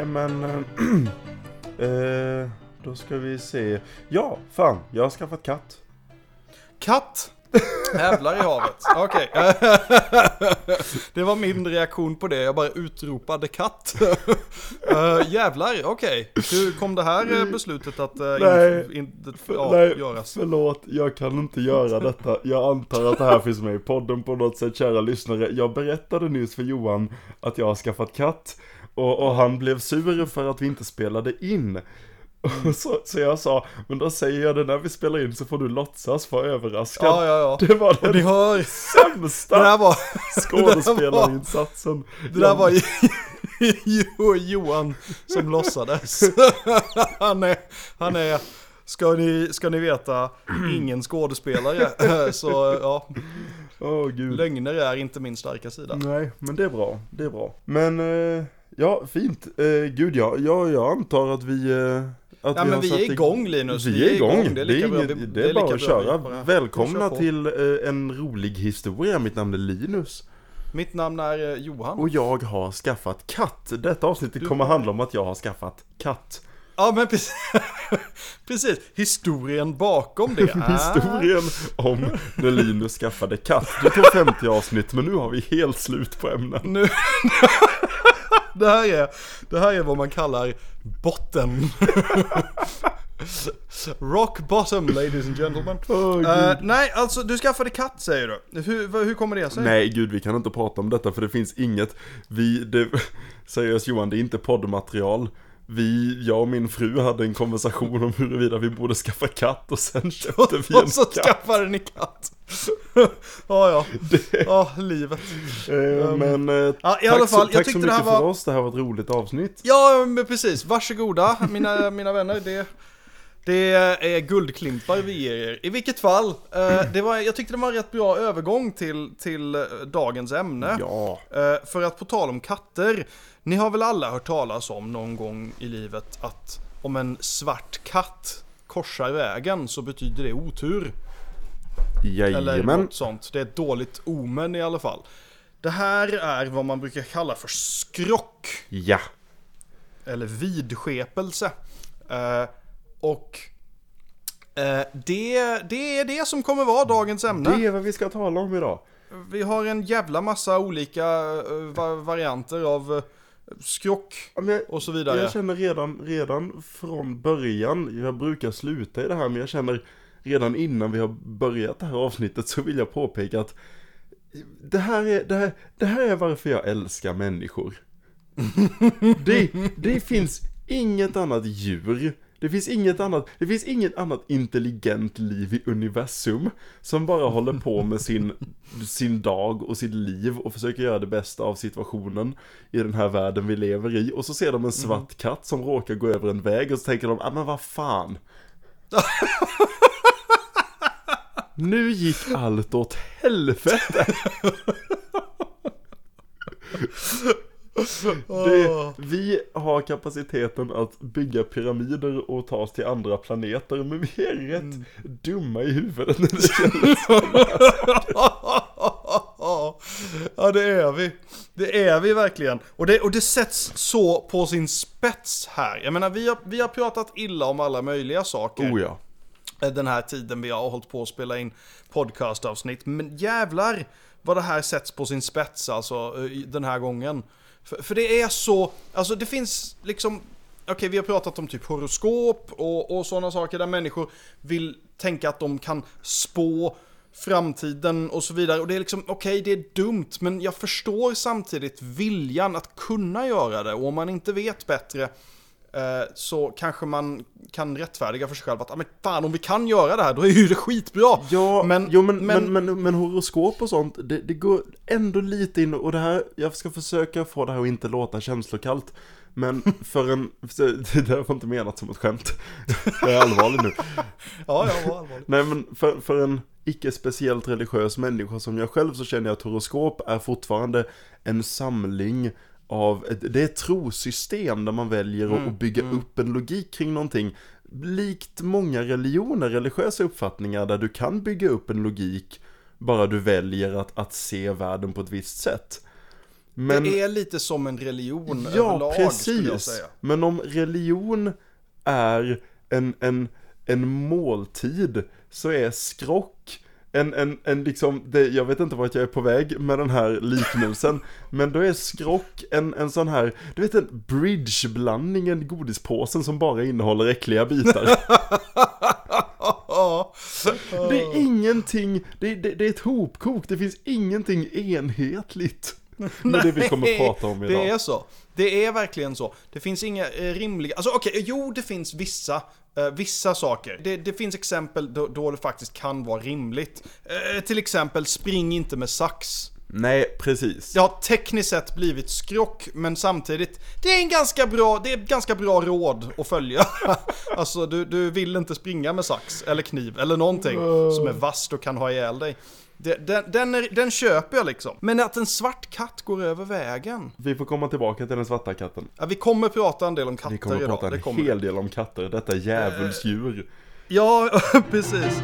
Nej, men då ska vi se. Ja, fan, jag har skaffat katt. Katt? Jävlar i havet. Okej. Det var min reaktion på det. Jag bara utropade katt. Jävlar, okej. Hur kom det här beslutet att göras? Förlåt, jag kan inte göra detta. Jag antar att det här finns med i podden på något sätt, kära lyssnare. Jag berättade nyss för Johan att jag har skaffat katt. Och han blev sur för att vi inte spelade in. Så jag sa, men då säger jag det, när vi spelar in så får du låtsas vara överraskad. Ja. Det var den sämsta skådespelarinsatsen. Det där var Johan som låtsades. Han är ska ni veta, ingen skådespelare. Så ja. Gud. Lögner är inte min starka sida. Nej, men det är bra. Men ja, fint. Gud, jag antar att vi... men vi är igång, Linus. Vi är igång. Det är bara att köra. Välkomna till en rolig historia. Mitt namn är Linus. Mitt namn är Johan. Och jag har skaffat katt. Detta avsnittet kommer handla om att jag har skaffat katt. Ja, men precis. Historien bakom det är... Historien om när Linus skaffade katt. Det tog 50 avsnitt, men nu har vi helt slut på ämnen. Det här är vad man kallar botten. Rock bottom, ladies and gentlemen. Nej, alltså du skaffade katt, säger du. Hur kommer det sig? Nej, gud, vi kan inte prata om detta, för det finns inget. Seriöst Johan, det är inte poddmaterial. Jag och min fru hade en konversation om huruvida vi borde skaffa katt, och sen köpte vi en katt. Och så skaffade ni katt. Livet. Men i alla fall, tack så mycket för oss. Det här var ett roligt avsnitt. Ja, men precis. Varsågoda, mina vänner. Det är guldklimpar vi ger er. I vilket fall, jag tyckte det var en rätt bra övergång till dagens ämne. Ja. För att på tal om katter, ni har väl alla hört talas om någon gång i livet att om en svart katt korsar vägen så betyder det otur. Jajamän. Eller något sånt. Det är ett dåligt omen i alla fall. Det här är vad man brukar kalla för skrock. Ja. Eller vidskepelse. Det är det som kommer vara dagens ämne. Det är vad vi ska tala om idag. Vi har en jävla massa olika varianter av skrock och så vidare. Jag känner redan från början, jag brukar sluta i det här, men jag känner redan innan vi har börjat det här avsnittet så vill jag påpeka att det här är varför jag älskar människor. Det finns inget annat djur. Det finns inget annat intelligent liv i universum som bara håller på med sin dag och sitt liv och försöker göra det bästa av situationen i den här världen vi lever i. Och så ser de en svart katt som råkar gå över en väg och så tänker de, men vad fan. Nu gick allt åt helvete. Vi har kapaciteten att bygga pyramider och ta oss till andra planeter, men vi är rätt dumma i huvudet när det gäller Ja, det är vi. Det är vi verkligen. Och det sätts så på sin spets här. Jag menar, vi har pratat illa om alla möjliga saker. Oh ja. Den här tiden vi har hållit på att spela in podcastavsnitt. Men jävlar vad det här sätts på sin spets alltså den här gången. För det är så, alltså det finns liksom, okej, vi har pratat om typ horoskop och sådana saker där människor vill tänka att de kan spå framtiden och så vidare. Och det är liksom, okej, det är dumt, men jag förstår samtidigt viljan att kunna göra det. Och om man inte vet bättre så kanske man kan rättfärdiga för sig själv att men fan, om vi kan göra det här, då är ju det skitbra. Ja, men horoskop och sånt, det går ändå lite in, och det här, jag ska försöka få det här att inte låta känslokallt, men det där var inte menat som ett skämt. Jag är allvarlig nu. Ja, jag var allvarlig. Nej, men för en icke speciellt religiös människa som jag själv, så känner jag att horoskop är fortfarande en samling av det är ett trosystem där man väljer att bygga upp en logik kring någonting, likt många religioner, religiösa uppfattningar, där du kan bygga upp en logik bara du väljer att se världen på ett visst sätt. Men, det är lite som en religion överlag, skulle jag säga. Men om religion är en måltid, så är skrock en liksom, jag vet inte vart jag är på väg med den här liknelsen, men då är skrock en sån här, du vet, en bridgeblandning, en godispåsen som bara innehåller äckliga bitar. Det är ingenting, det är ett hopkok, det finns ingenting enhetligt med det vi kommer att prata om idag. Det är så. Det är verkligen så. Det finns inga rimliga... Alltså okej, jo, det finns vissa saker. Det finns exempel då det faktiskt kan vara rimligt. Till exempel, spring inte med sax. Nej, precis. Det har tekniskt sett blivit skrock, men samtidigt, det är ett ganska bra råd att följa. Alltså, du vill inte springa med sax eller kniv eller någonting som är vasst och kan ha ihjäl dig. Den köper jag liksom. Men att en svart katt går över vägen. Vi får komma tillbaka till den svarta katten. Ja, vi kommer prata en del om katter idag. Vi kommer prata en hel del om katter. Detta djävulsdjur. Ja, precis.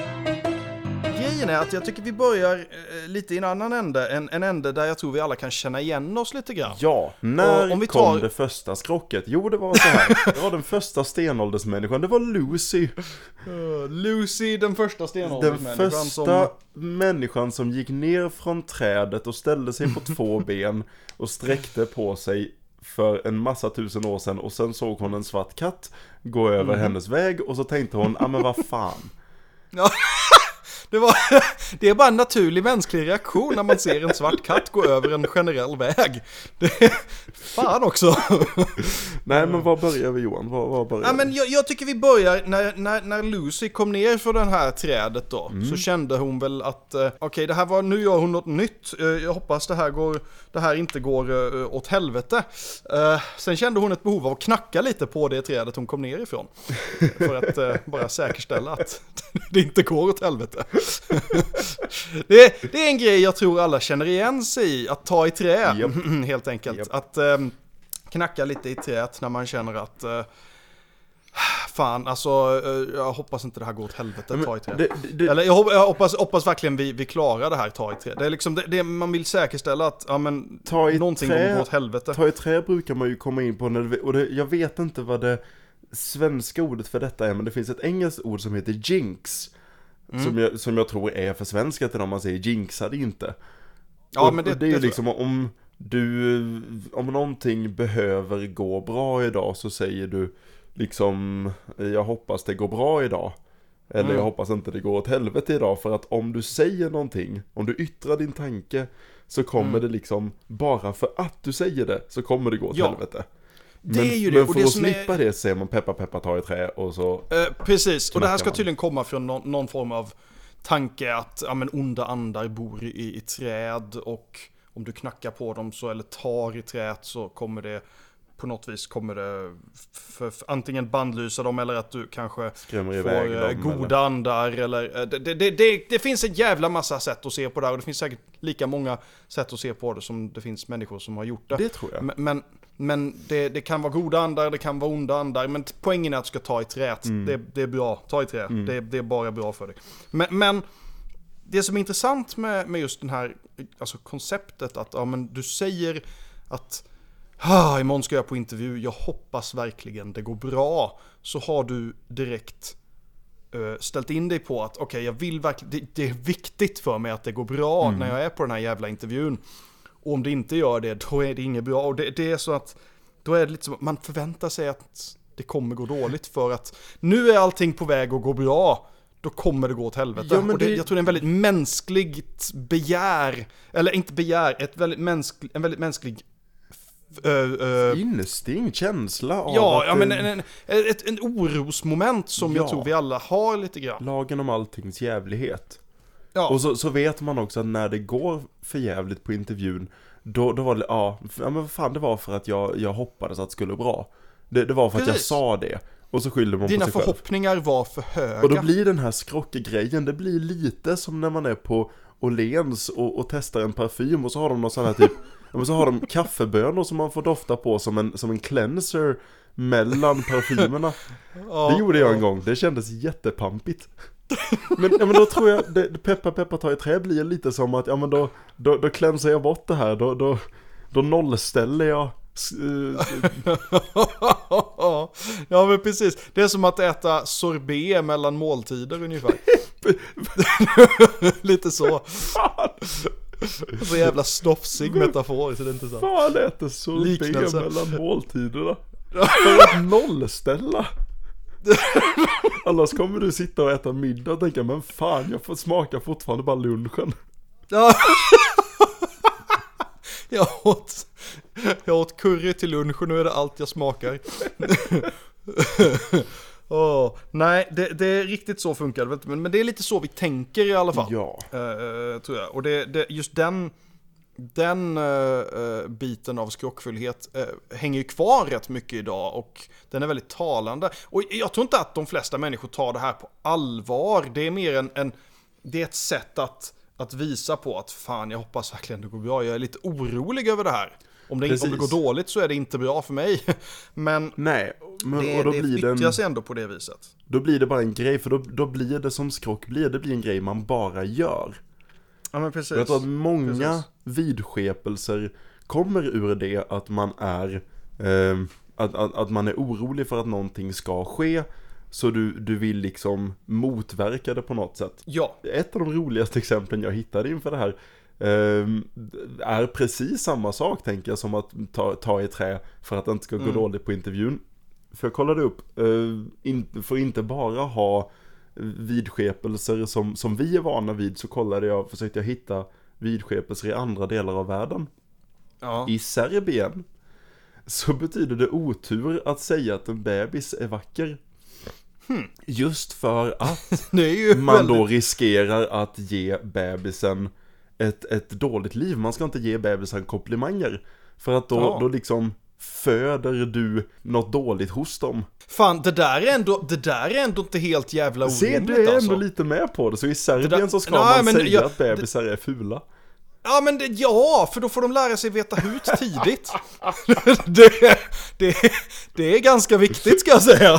Grejen är att jag tycker vi börjar lite i en annan ände. En ände där jag tror vi alla kan känna igen oss lite grann. Ja, när kom det första skrocket? Jo, det var så här. Det var den första stenåldersmänniskan. Det var Lucy. Lucy, den första stenåldersmänniskan. Den första människan som gick ner från trädet och ställde sig på 2 ben och sträckte på sig för en massa tusen år sedan. Och sen såg hon en svart katt gå över hennes väg och så tänkte hon, men vad fan. Ja. Det är bara en naturlig mänsklig reaktion när man ser en svart katt gå över en generell väg. Fan också. Nej, men var börjar vi, Johan? Var börjar vi? Men jag tycker vi börjar när Lucy kom ner för det här trädet då. Så kände hon väl att okej, nu gör hon något nytt. Jag hoppas det här inte går åt helvete. Sen kände hon ett behov av att knacka lite på det trädet hon kom ner ifrån. För att bara säkerställa att det inte går åt helvete. Det är en grej jag tror alla känner igen sig i. Att ta i trä, helt enkelt. Yep. Att knacka lite i träet när man känner att fan, alltså jag hoppas inte det här går åt helvete, ta i trä. Eller jag hoppas verkligen vi klarar det här, ta i trä. Det är liksom det man vill säkerställa att någonting kommer gå åt helvete. Ta i trä brukar man ju komma in på jag vet inte vad det svenska ordet för detta är, men det finns ett engelskt ord som heter jinx. Som jag tror är för svenska till om man säger jinxade inte. Ja, men det är ju liksom om någonting behöver gå bra idag, så säger du liksom, jag hoppas det går bra idag. Eller jag hoppas inte det går åt helvete idag. För att om du säger någonting, om du yttrar din tanke, så kommer det liksom, bara för att du säger det, så kommer det gå åt helvete. Men för att slippa det säger man peppa ta i trä och så. Precis, och det här ska tydligen komma från någon form av tanke att onda andar bor i träd, och om du knackar på dem eller tar i träet, så kommer det på något vis antingen bandlysa dem, eller att du kanske får goda andar, eller det finns en jävla massa sätt att se på det, och det finns säkert lika många sätt att se på det som det finns människor som har gjort det. Det tror jag. Men det kan vara goda andar, det kan vara onda andar, men poängen är att du ska ta i träet. Det är bra, ta i trä. Det är bara bra för dig. Men det som är intressant med just den här, alltså konceptet att du säger att imorgon ska jag på intervju, jag hoppas verkligen det går bra, så har du direkt ställt in dig på att okej, jag vill verkligen, det är viktigt för mig att det går bra när jag är på den här jävla intervjun. Och om det inte gör det, då är det inget bra. Och det är så att då är det lite som man förväntar sig att det kommer gå dåligt, för att nu är allting på väg att gå bra, då kommer det gå åt helvete. Ja, och jag tror det är en väldigt mänskligt begär, eller inte begär, en väldigt mänsklig instinkt, känsla av en orosmoment som jag tror vi alla har lite grann. Lagen om alltings jävlighet. Ja. Och så vet man också att när det går för jävligt på intervjun, då var det, men fan, det var för att jag hoppades att det skulle bra. Det var för att jag sa det. Och så skyller man på sig själv. Dina förhoppningar var för höga. Och då blir den här skrockgrejen, det blir lite som när man är på Åhléns och testar en parfym, och så har de någon sån här typ, så har de kaffebönor som man får dofta på som en cleanser mellan parfymerna. Det gjorde jag en gång, det kändes jättepampigt. Men då tror jag peppa ta i trä blir lite som att då cleansar jag bort det här, då Då nollställer jag. Ja, men precis. Det är som att äta sorbet mellan måltider ungefär. Lite så. Så jävla stofsig metafor, så det är inte sant. Fan äter sorbet Liknelse. mellan måltiderna. För att nollställa. Annars kommer du sitta och äta middag och tänka, men fan, jag får smaka fortfarande bara lunchen. Ja. Jag åt curry till lunch och nu är det allt jag smakar. Nej, det är riktigt så funkar det, men det är lite så vi tänker i alla fall. Ja. Tror jag. Och just den biten av skrockfullhet hänger ju kvar rätt mycket idag, och den är väldigt talande. Och jag tror inte att de flesta människor tar det här på allvar. Det är mer det är ett sätt att visa på att fan, jag hoppas verkligen det går bra. Jag är lite orolig över det här. Om det går dåligt så är det inte bra för mig. Men, nej, men och då det nyttjas ändå på det viset. Då blir det bara en grej, för då blir det som skrock blir. Det blir en grej man bara gör. Ja, men precis. Jag tror att många vidskepelser kommer ur det att man är att man är orolig för att någonting ska ske. Så du vill liksom motverka det på något sätt. Ja. Ett av de roligaste exemplen jag hittade inför det här är precis samma sak, tänker jag, som att ta i trä för att det inte ska gå dåligt på intervjun. För jag kollade upp, för inte bara ha vidskepelser som vi är vana vid, så försökte jag hitta vidskepelser i andra delar av världen. Ja. I Serbien så betyder det otur att säga att en bebis är vacker. Just för att man då riskerar att ge bebisen ett dåligt liv. Man ska inte ge bebisen komplimanger, för att då liksom föder du något dåligt hos dem. Fan, det där är ändå inte helt jävla orimligt. Se, du är ändå lite med på det. Så i Serbien så ska man säga att bebisar är fula. Ja, men för då får de lära sig veta hut tidigt. Det är ganska viktigt, ska jag säga.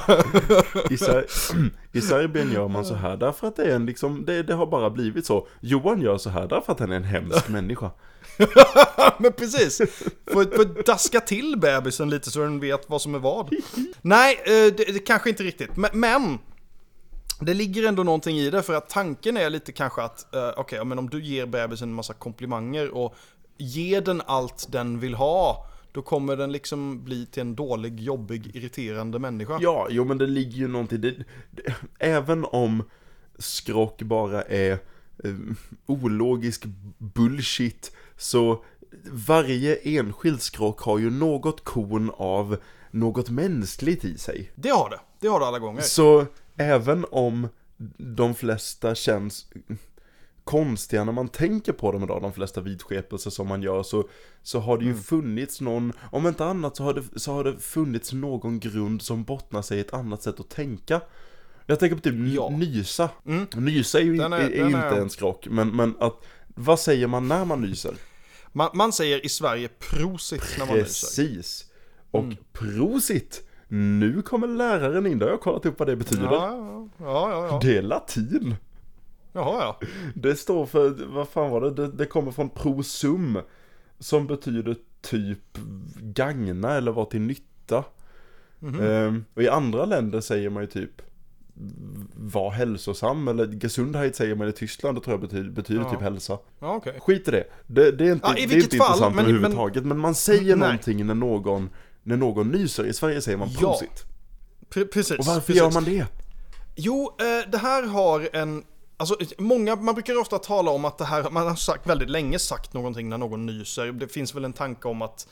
I Serbien gör man så här därför att det är det har bara blivit så. Johan gör så här därför att han är en hemsk människa. Men precis. Får daska till bebisen lite så den vet vad som är vad. Nej, det kanske inte riktigt. Men det ligger ändå någonting i det, för att tanken är lite kanske att men om du ger bebisen en massa komplimanger och ger den allt den vill ha, då kommer den liksom bli till en dålig, jobbig, irriterande människa. Ja, men det ligger ju någonting även om skrock bara är ologisk bullshit, så varje enskild skrock har ju något korn av något mänskligt i sig. Det har det alla gånger. Så även om de flesta känns konstiga när man tänker på dem idag, de flesta vidskepelser som man gör, så har det ju funnits någon, om inte annat så har det funnits någon grund som bottnar sig i ett annat sätt att tänka. Jag tänker på typ nysa. Nysa är ju inte en skrock, men att, vad säger man när man nyser? Man säger i Sverige prosit när man nyser. Precis. Och prosit, nu kommer läraren in, där jag har kollat upp vad det betyder. Ja. Det är latin. Jaha, ja. Det står för, vad fan var det? Det kommer från prosum, som betyder typ gagna eller vara till nytta. Och i andra länder säger man ju typ var hälsosam, eller Gesundheit säger man i Tyskland, och tror jag betyder typ hälsa. Ja, okay. Skit i det. Det är inte, det är inte intressant överhuvudtaget, men man säger någonting när någon nyser. I Sverige säger man prosit. Precis. Och varför gör man det? Jo, det här har alltså man brukar ofta tala om att det här, man har väldigt länge sagt någonting när någon nyser. Det finns väl en tanke om att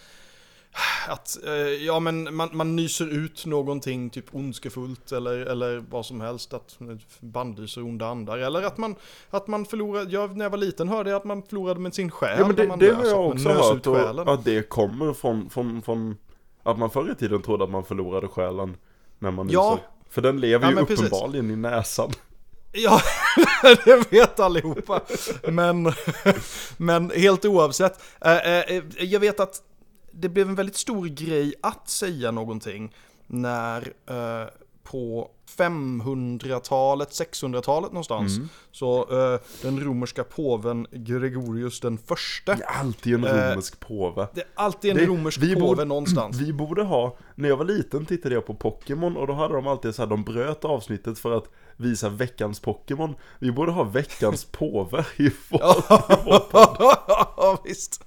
man nyser ut någonting typ ondskefullt eller vad som helst, att bannlyser onda andar, eller att man förlorar, när jag var liten hörde jag att man förlorade med sin själ. Ja, men det har jag också hört, att det kommer från att man förr i tiden trodde att man förlorade själen när man nyser. För den lever ju uppenbarligen i näsan. Ja, det vet allihopa. Men helt oavsett, jag vet att det blev en väldigt stor grej att säga någonting när på 500-talet, 600-talet någonstans. Så den romerska påven Gregorius den första. Det är alltid en romersk påve. Det är alltid en romersk påve någonstans. Vi borde ha, när jag var liten tittade jag på Pokémon och då hade de alltid så här, de bröt avsnittet för att visa veckans Pokémon. Vi borde ha veckans påve i vår podd. Ja, visst.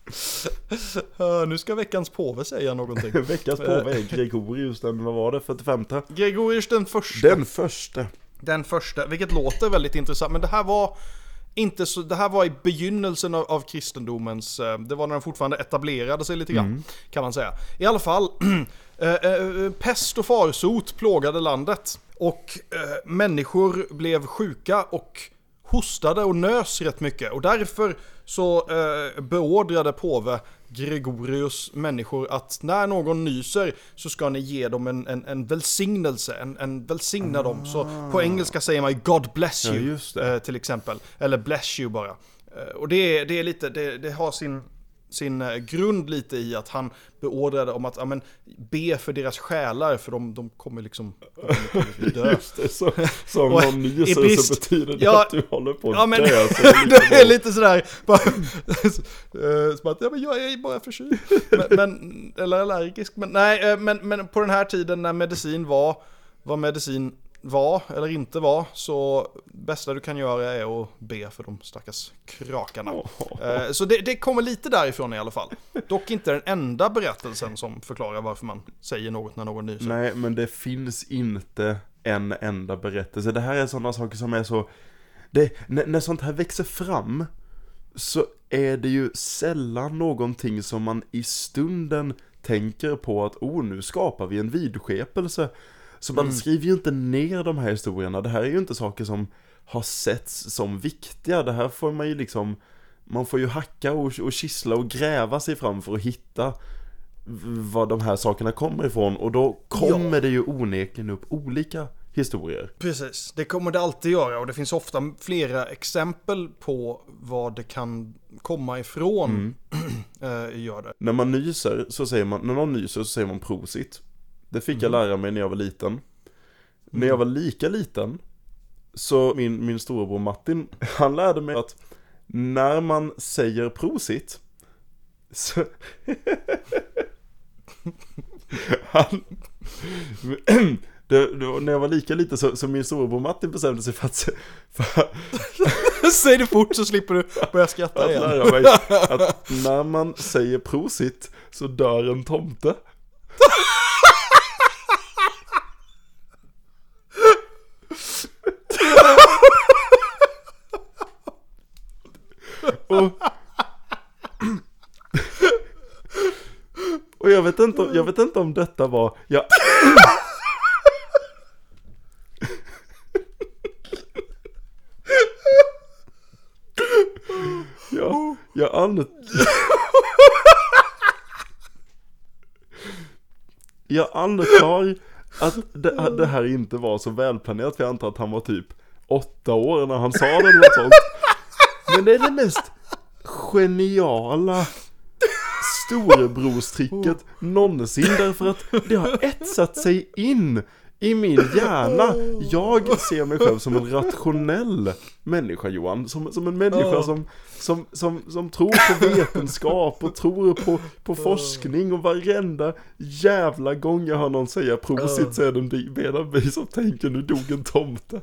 Nu ska veckans påve säga någonting. Veckans påve är Gregorius, vad var det? 45? Gregorius den första. Den första, vilket låter väldigt intressant. Men det här var inte så, det här var i begynnelsen av kristendomens, det var när den fortfarande etablerade sig lite grann, kan man säga. I alla fall, pest och farsot plågade landet. Och människor blev sjuka och hostade och nös rätt mycket. Och därför så beordrade påve Gregorius människor att när någon nyser så ska ni ge dem en välsignelse, en välsigna dem. Så på engelska säger man God bless you, till exempel. Eller bless you bara. Och det är lite, det har sin grund lite i att han beordrade om att be för deras själar, för de kommer liksom dö. Just det, så om någon nyser så betyder det att du håller på att dö. Det är lite sådär som att jag är bara förkyld eller allergisk, men nej, men på den här tiden när medicin var vad medicin var eller inte var, så bästa du kan göra är att be för de stackars krakarna. Så det kommer lite därifrån i alla fall. Dock inte den enda berättelsen som förklarar varför man säger något när någon nyser. Nej, men det finns inte en enda berättelse. Det här är sådana saker som är så... När sånt här växer fram så är det ju sällan någonting som man i stunden tänker på att nu skapar vi en vidskepelse. Så man skriver ju inte ner de här historierna. Det här är ju inte saker som har setts som viktiga. Det här får man ju liksom... Man får ju hacka och kissla och gräva sig fram för att hitta var de här sakerna kommer ifrån. Och då kommer det ju onekligen upp olika historier. Precis, det kommer det alltid göra. Och det finns ofta flera exempel på vad det kan komma ifrån. Gör det. När man nyser så säger man... När någon nyser så säger man prosit. Det fick jag lära mig när jag var liten. När jag var lika liten så min storebror Martin, han lärde mig att när man säger prosit så när jag var lika liten så min storebror Martin bestämde sig för att säg det fort så slipper du börja skratta igen. Lära mig att när man säger prosit så dör en tomte. Och jag vet inte om detta var jag antar att det här inte var så välplanerat, för jag antar att han var typ 8 år när han sa det eller något sånt. Men det är det mest geniala storebrorstricket någonsin, därför att det har etsat sig in i min hjärna. Jag ser mig själv som en rationell människa, Johan. Som en människa som tror på vetenskap och tror på forskning, och varenda jävla gång jag hör någon säga prosit så är den medan vi som tänker nu dog en tomte.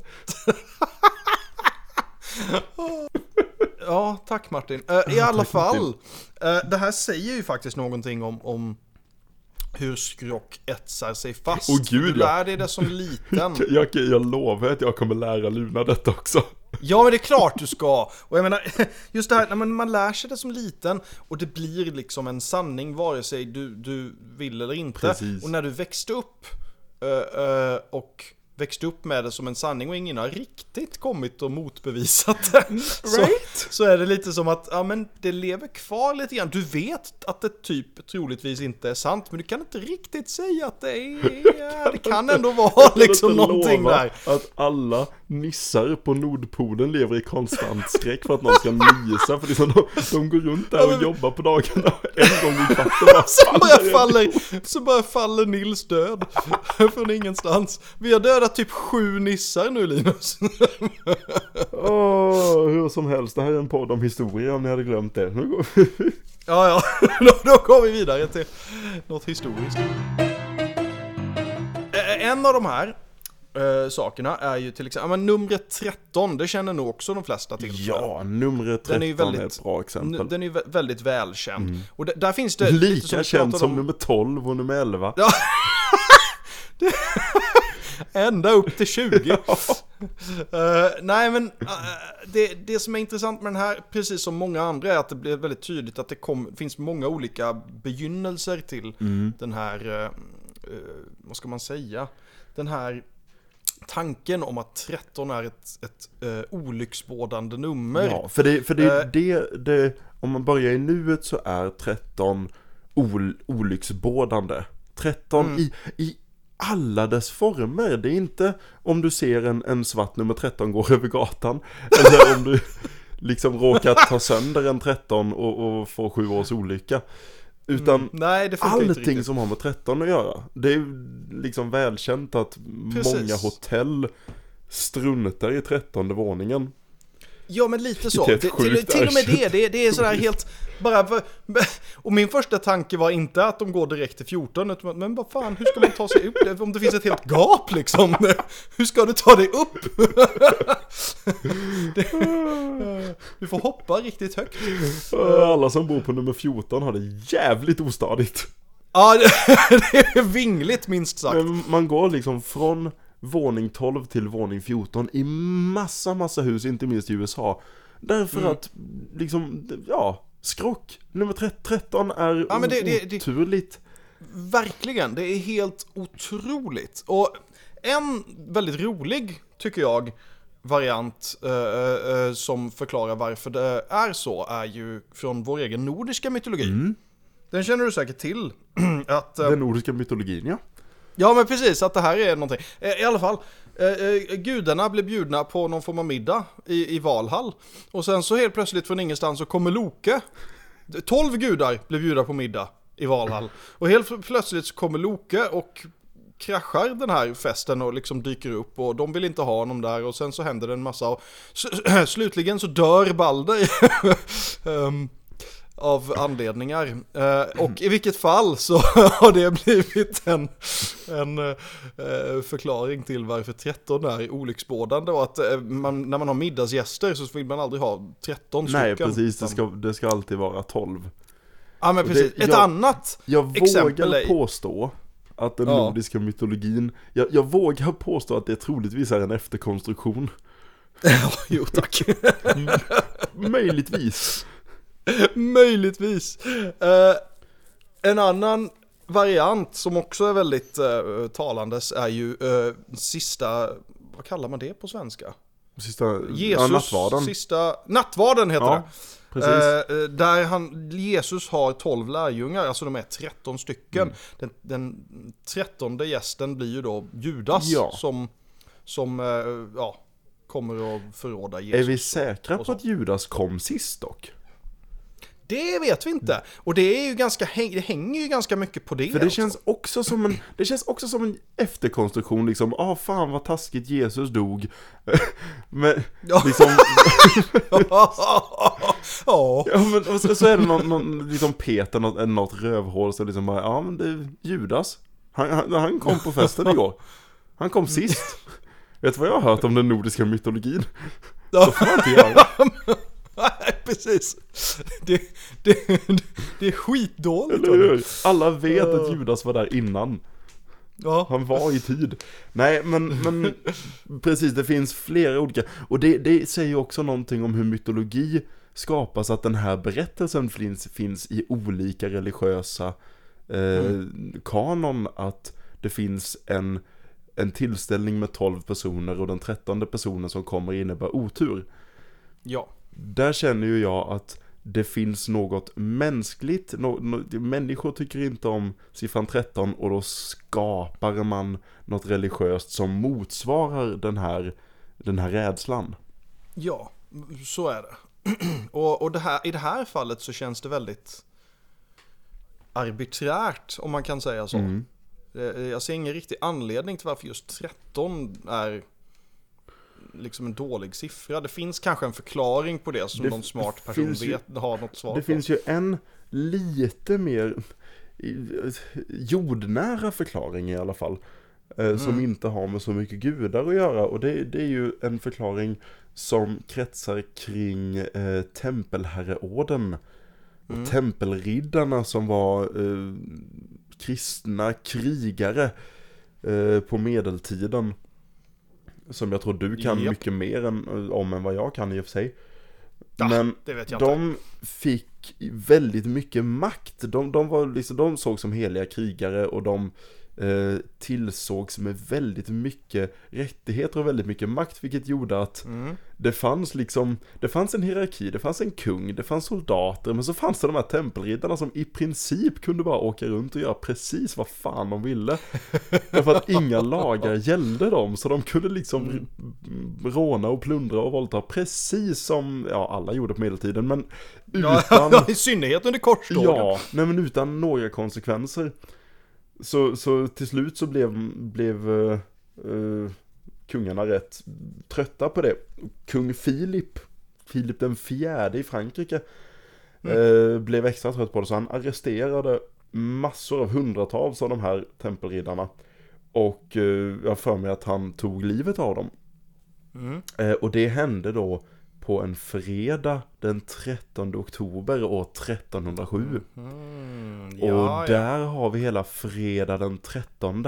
Ja, tack Martin. I alla fall, det här säger ju faktiskt någonting om hur skrock etsar sig fast. Gud, du lär dig det som liten. Jag lovar att jag kommer lära Luna detta också. Ja, men det är klart du ska. Och jag menar, just det här, när man lär sig det som liten och det blir liksom en sanning vare sig du vill eller inte. Precis. Och när du växte upp växte upp med det som en sanning och ingen har riktigt kommit och motbevisat det. Right? Så är det lite som att men det lever kvar lite grann. Du vet att det typ troligtvis inte är sant, men du kan inte riktigt säga att det är. Det kan ändå vara liksom någonting där. Att alla nissar på Nordpolen lever i konstant skräck för att någon ska nysa. För liksom de går runt där och jobbar på dagarna en gång i kvarten. Så bara faller Nils död från ingenstans. Vi har dödat typ 7 nissar nu, Linus. Hur som helst, det här är en podd om historia om ni hade glömt det. Nu går Ja, då går vi vidare till något historiskt. En av de här sakerna är ju till exempel numret 13, det känner nog också de flesta till. Ja, numret 13 är ett bra exempel. Den är väldigt välkänd. Och där finns det lika känd som nummer 12 och nummer 11. Ja. Ända upp till 20. Nej, men det som är intressant med den här, precis som många andra, är att det blir väldigt tydligt att det finns många olika begynnelser till den här, vad ska man säga, den här tanken om att 13 är ett olycksbådande nummer. Ja, för det om man börjar i nuet så är 13 olycksbådande. 13 i alla dess former. Det är inte om du ser en svart nummer 13 går över gatan, eller om du liksom råkar ta sönder en 13 och får 7 års olycka. Utan allting som har med 13 att göra. Det är liksom välkänt att många hotell struntar i 13:e våningen. Ja, men lite så. Till och med det är sådär helt bara. Och min första tanke var inte att de går direkt till 14, utan men vad fan, hur ska man ta sig upp om det finns ett helt gap liksom? Hur ska du ta dig upp? Du får hoppa riktigt högt. Alla som bor på nummer 14 har det jävligt ostadigt. Ja, det är vingligt minst sagt. Men man går liksom från våning 12 till våning 14 i massa hus, inte minst i USA. Därför att liksom, skrock. Nummer 13 är oturligt. Verkligen, det är helt otroligt. Och en väldigt rolig, tycker jag, variant som förklarar varför det är så är ju från vår egen nordiska mytologi. Den känner du säkert till. Att, den nordiska mytologin, ja. Ja, men precis, att det här är någonting. I alla fall, gudarna blev bjudna på någon form av middag i Valhall. Och sen så helt plötsligt från ingenstans så kommer Loke. 12 gudar blev bjudna på middag i Valhall. Och helt plötsligt så kommer Loke och kraschar den här festen och liksom dyker upp. Och de vill inte ha honom där. Och sen så händer det en massa. Och slutligen så dör Balder. Av anledningar. Och i vilket fall så har det blivit en förklaring till varför 13 är olycksbådande, och att när man har middagsgäster så vill man aldrig ha 13 stycken. Nej, precis. Det ska alltid vara 12. Ja, men precis. Ett annat exempel. Jag vågar påstå att den nordiska mytologin, jag vågar påstå att det troligtvis är en efterkonstruktion. Ja, jo tack. Möjligtvis. En annan variant som också är väldigt talandes är ju sista, vad kallar man det på svenska? Sista Jesus, nattvarden. Nattvarden heter det. Precis. Där Jesus har 12 lärjungar, alltså de är 13 stycken. Den 13:e gästen blir ju då Judas som kommer att förråda Jesus. Är vi säkra på att Judas kom sist dock? Det vet vi inte. Och det är ju det hänger ju ganska mycket på det. För det känns också som en efterkonstruktion liksom. Fan vad taskigt Jesus dog. Men liksom men och så är det någon liksom Peter något rövhål så liksom bara, men det är Judas. Han kom på festen igår. Han kom sist. Vet du vad jag har hört om den nordiska mytologin? Så får man inte göra. Nej, precis. Det är skitdåligt. Alla vet att Judas var där innan. Ja. Han var i tid. Nej, men precis, det finns flera olika. Och det säger ju också någonting om hur mytologi skapas, att den här berättelsen finns i olika religiösa kanon, att det finns en tillställning med 12 personer och den 13:e personen som kommer innebär otur. Ja. Där känner ju jag att det finns något mänskligt. Människor tycker inte om siffran 13 och då skapar man något religiöst som motsvarar den här den här rädslan. Ja, så är det. Och det här, i det här fallet så känns det väldigt arbiträrt, om man kan säga så. Jag ser ingen riktig anledning till varför just 13 är liksom en dålig siffra. Det finns kanske en förklaring på det som någon smart person har något svar på. Det finns ju en lite mer jordnära förklaring i alla fall. Som inte har med så mycket gudar att göra. Och det är ju en förklaring som kretsar kring tempelherreorden. Och tempelriddarna som var kristna krigare på medeltiden. Som jag tror du kan mycket mer om än vad jag kan i och för sig. Ja, men det vet jag de inte. fick väldigt mycket makt. De var liksom, de såg som heliga krigare och de tillsågs med väldigt mycket rättigheter och väldigt mycket makt, vilket gjorde att det fanns en hierarki, det fanns en kung, det fanns soldater, men så fanns det de här tempelriddarna som i princip kunde bara åka runt och göra precis vad fan de ville. Därför att inga lagar gällde dem, så de kunde liksom råna och plundra och våldta precis som alla gjorde på medeltiden, men utan i synnerhet under korstågen. Ja, men utan några konsekvenser. Så till slut så blev kungarna rätt trötta på det. Kung Filip den fjärde i Frankrike blev extra trött på det, så han arresterade massor av hundratals av de här tempelriddarna. Och jag för mig att han tog livet av dem. Och det hände då på en fredag den 13 oktober år 1307. Och där har vi hela fredag den 13.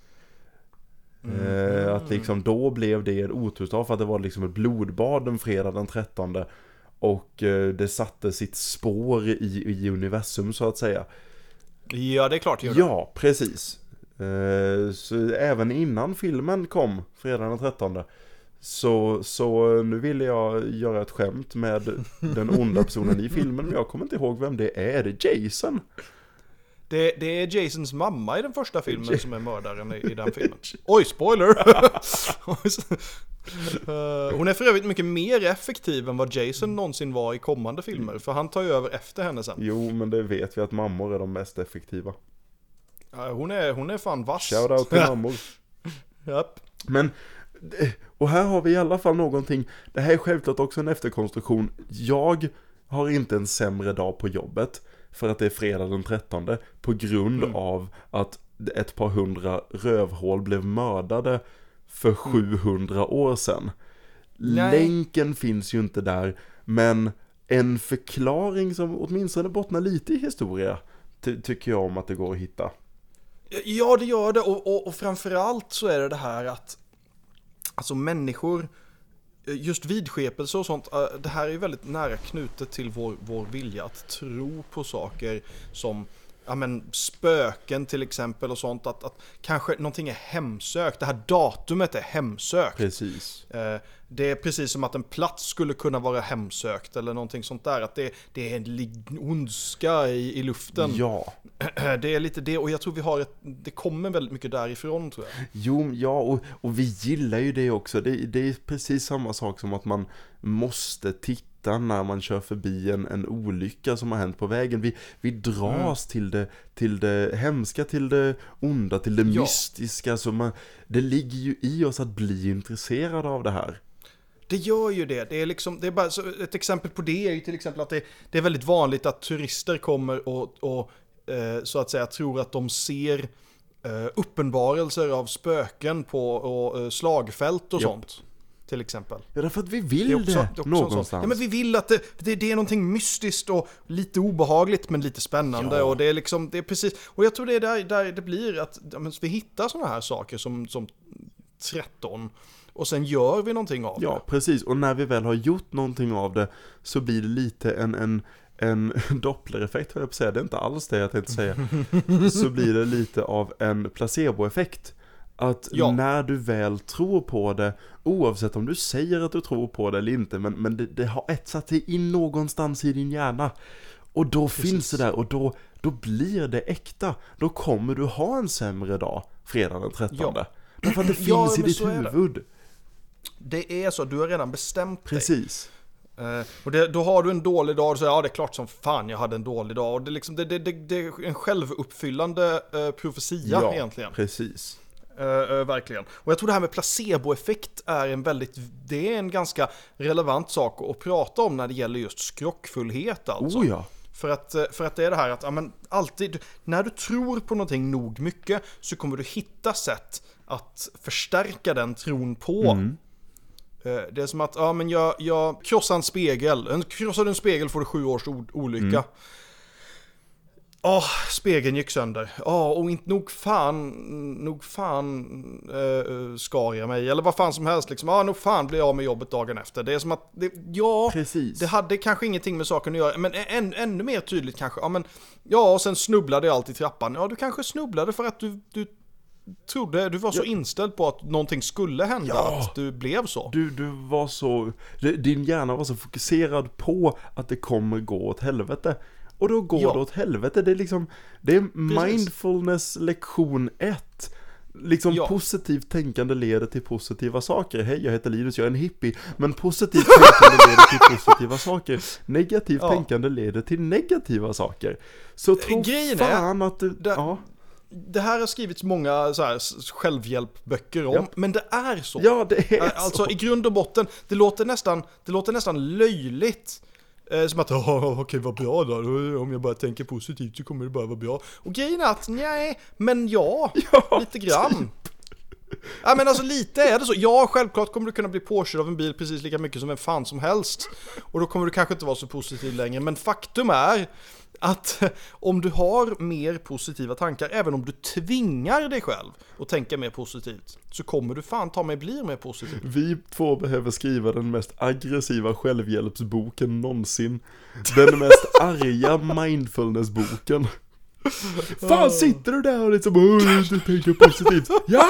Att liksom då blev det en otursdag, för att det var liksom ett blodbad den fredag den 13. Och det satte sitt spår i universum, så att säga. Ja, det är klart. Ja, precis. Så även innan filmen kom, fredag den 13, så nu ville jag göra ett skämt med den onda personen i filmen, men jag kommer inte ihåg vem det är. Är det Jason? Det är Jasons mamma i den första filmen som är mördaren i den filmen. Oj, spoiler! Hon är för övrigt mycket mer effektiv än vad Jason någonsin var i kommande filmer, för han tar ju över efter henne sen. Jo, men det vet vi att mammor är de mest effektiva. Hon är fan vass. Shoutout till mammor. Japp. Men, och här har vi i alla fall någonting. Det här är självklart också en efterkonstruktion. Jag har inte en sämre dag på jobbet för att det är fredag den 13 på grund av att ett par hundra rövhål blev mördade för 700 år sedan. Länken finns ju inte där, men en förklaring som åtminstone bottnar lite i historia tycker jag om att det går att hitta. Ja, det gör det, och framförallt så är det här att alltså människor, just vidskepelse och sånt, det här är väldigt nära knutet till vår vilja att tro på saker som spöken till exempel och sånt, att kanske någonting är hemsökt, det här datumet är hemsökt. Precis. Det är precis som att en plats skulle kunna vara hemsökt eller någonting sånt där, att det är en ondska i luften. Ja. Det är lite det, och jag tror det kommer väldigt mycket därifrån, tror jag. Jo, ja, och vi gillar ju det också. Det är precis samma sak som att man måste titta när man kör förbi en olycka som har hänt på vägen. Vi dras till det hemska, till det onda, till det mystiska. Så det ligger ju i oss att bli intresserad av det här. Det gör ju det. Det är bara så, ett exempel på det är ju till exempel att det är väldigt vanligt att turister kommer och så att säga tror att de ser uppenbarelser av spöken på slagfält och sånt. Till exempel. Ja, därför att vi vill det någonstans. Ja, men vi vill att det är någonting mystiskt och lite obehagligt men lite spännande. Ja. Och det är precis, och jag tror det är där det blir att vi hittar såna här saker som 13 och sen gör vi någonting av det. Ja, precis. Och när vi väl har gjort någonting av det så blir det lite en dopplereffekt, höll jag på att säga. Det är inte alls det jag tänkte säga. Så blir det lite av en placeboeffekt. Att när du väl tror på det, oavsett om du säger att du tror på det eller inte, men det har etsat sig in någonstans i din hjärna. Och då finns det där, och då blir det äkta. Då kommer du ha en sämre dag fredag den 13. Därför att det finns i ditt huvud. Det är så, du har redan bestämt dig. Precis. Och då har du en dålig dag och så ja, det är klart som fan jag hade en dålig dag. Och det är en självuppfyllande profetia egentligen. Precis. Verkligen. Och jag tror det här med placeboeffekt är det är en ganska relevant sak att prata om när det gäller just skrockfullhet alltså. Oh ja. För att det är det här att ja, men alltid, när du tror på någonting nog mycket så kommer du hitta sätt att förstärka den tron på. Det är som att ja, men jag krossar en spegel. Krossar du en spegel får du 7 års olycka. Spegeln gick sönder. Och inte nog fan skar jag mig. Eller vad fan som helst. Liksom. Nog fan blir jag av med jobbet dagen efter. Det är som att, Precis. det hade kanske ingenting med saken att göra. Men ännu mer tydligt kanske. Och sen snubblade jag alltid i trappan. Ja, du kanske snubblade för att du trodde, du var så inställd på att någonting skulle hända att du blev så. Du var så, din hjärna var så fokuserad på att det kommer gå åt helvete. Och då går det åt helvete. Det är liksom, det är mindfulness lektion 1. Liksom positivt tänkande leder till positiva saker. Hej, jag heter Linus, jag är en hippie. Men positivt tänkande leder till positiva saker. Negativt tänkande leder till negativa saker. Så tro fan att det här har skrivits många så här självhjälpböcker om, men det är så. Ja, det är alltså, så. I grund och botten, det låter nästan löjligt. Som att, okej, vad bra då. Om jag bara tänker positivt så kommer det bara vara bra. Och grejen är att, nej, men lite grann. Ja, men alltså lite är det så. Ja, självklart kommer du kunna bli påkörd av en bil precis lika mycket som en fan som helst. Och då kommer du kanske inte vara så positiv längre. Men faktum är att om du har mer positiva tankar, även om du tvingar dig själv att tänka mer positivt, så kommer du fan ta mig blir mer positiv. Vi två behöver skriva den mest aggressiva självhjälpsboken någonsin. Den mest arga mindfulnessboken. Fan, sitter du där och liksom du tänker positivt. Ja!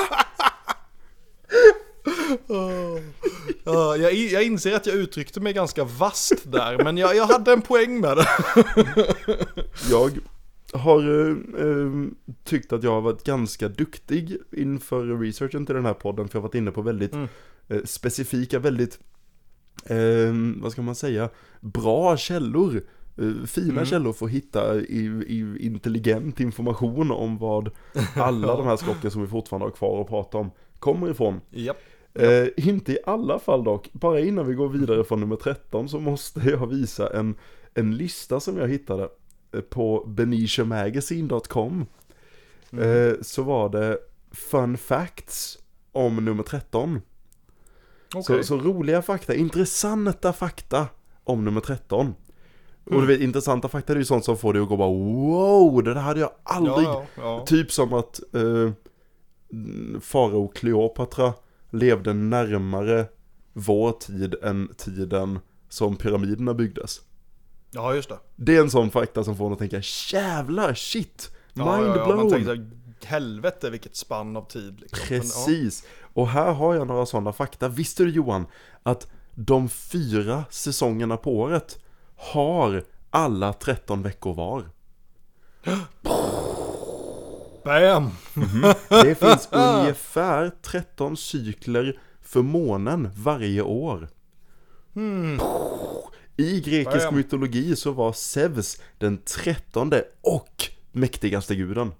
Jag inser att jag uttryckte mig ganska vasst där, men jag hade en poäng med det. Jag har tyckt att jag har varit ganska duktig inför researchen till den här podden, för jag har varit inne på väldigt specifika, väldigt vad ska man säga, bra källor, fina källor för att hitta i intelligent information om vad alla de här skrocken som vi fortfarande har kvar att prata om kommer ifrån. Inte i alla fall dock. Bara innan vi går vidare från nummer 13 så måste jag visa en lista som jag hittade på beniciamagazine.com. Så var det fun facts om nummer 13. Så roliga fakta, intressanta fakta om nummer 13. Och du vet, intressanta fakta är ju sånt som får dig att gå bara wow, det där hade jag aldrig. Typ som att farao Kleopatra levde närmare vår tid än tiden som pyramiderna byggdes. Ja, just det. Det är en sån fakta som får en att tänka, jävlar, shit, mind blown. Man tänker så, helvete vilket spann av tid. Liksom. Precis. Och här har jag några sådana fakta. Visste du, Johan, att de 4 säsongerna på året har alla 13 veckor var? Bam! Det finns ungefär 13 cykler för månen varje år. I grekisk mytologi så var Zeus den 13:e och mäktigaste guden.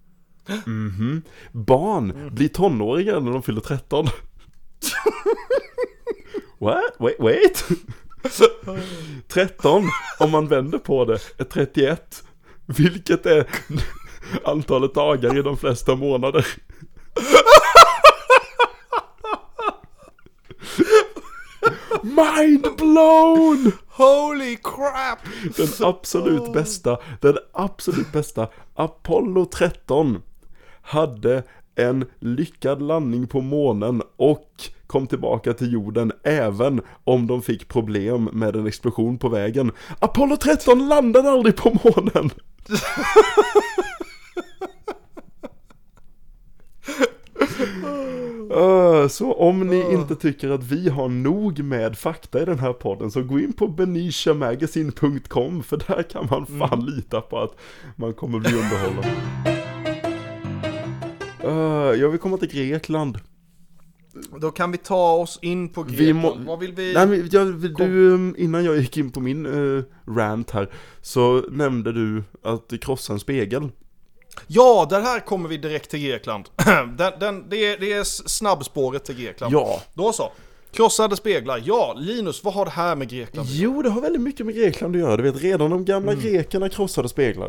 Barn blir tonåringar när de fyller 13. What? Wait. 13, om man vänder på det, är 31. Vilket är antalet dagar i de flesta månader. Mind blown! Holy crap! Den absolut bästa Apollo 13 hade en lyckad landning på månen och kom tillbaka till jorden även om de fick problem med en explosion på vägen. Apollo 13 landade aldrig på månen. Så om ni inte tycker att vi har nog med fakta i den här podden, så gå in på beniciamagazine.com, för där kan man fan lita på att man kommer bli underhållen. Jag vill komma till Grekland. Då kan vi ta oss in på Grekland. Vad vill vi... Nej, men innan jag gick in på min rant här, så nämnde du att krossa en spegel. Ja, där här kommer vi direkt till Grekland. Det är snabbspåret till Grekland. Ja. Då så. Krossade speglar. Ja, Linus, vad har det här med Grekland? Jo, det har väldigt mycket med Grekland att göra. Du vet, redan de gamla grekerna krossade speglar.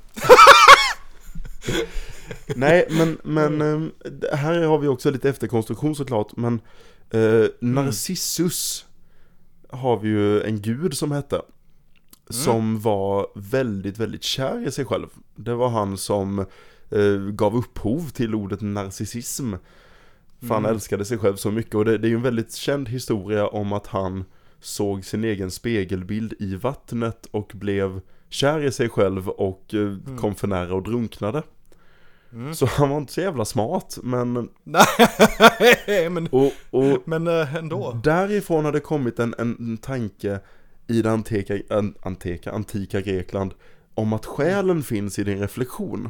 Nej, men här har vi också lite efterkonstruktion såklart. Men Narcissus har vi ju en gud som hette. Som var väldigt, väldigt kär i sig själv. Det var han som gav upphov till ordet narcissism. För han älskade sig själv så mycket. Och det är ju en väldigt känd historia om att han såg sin egen spegelbild i vattnet och blev kär i sig själv och kom för nära och drunknade. Så han var inte så jävla smart, men... Nej, men ändå. Därifrån hade kommit en tanke i det antika Grekland om att själen finns i din reflektion.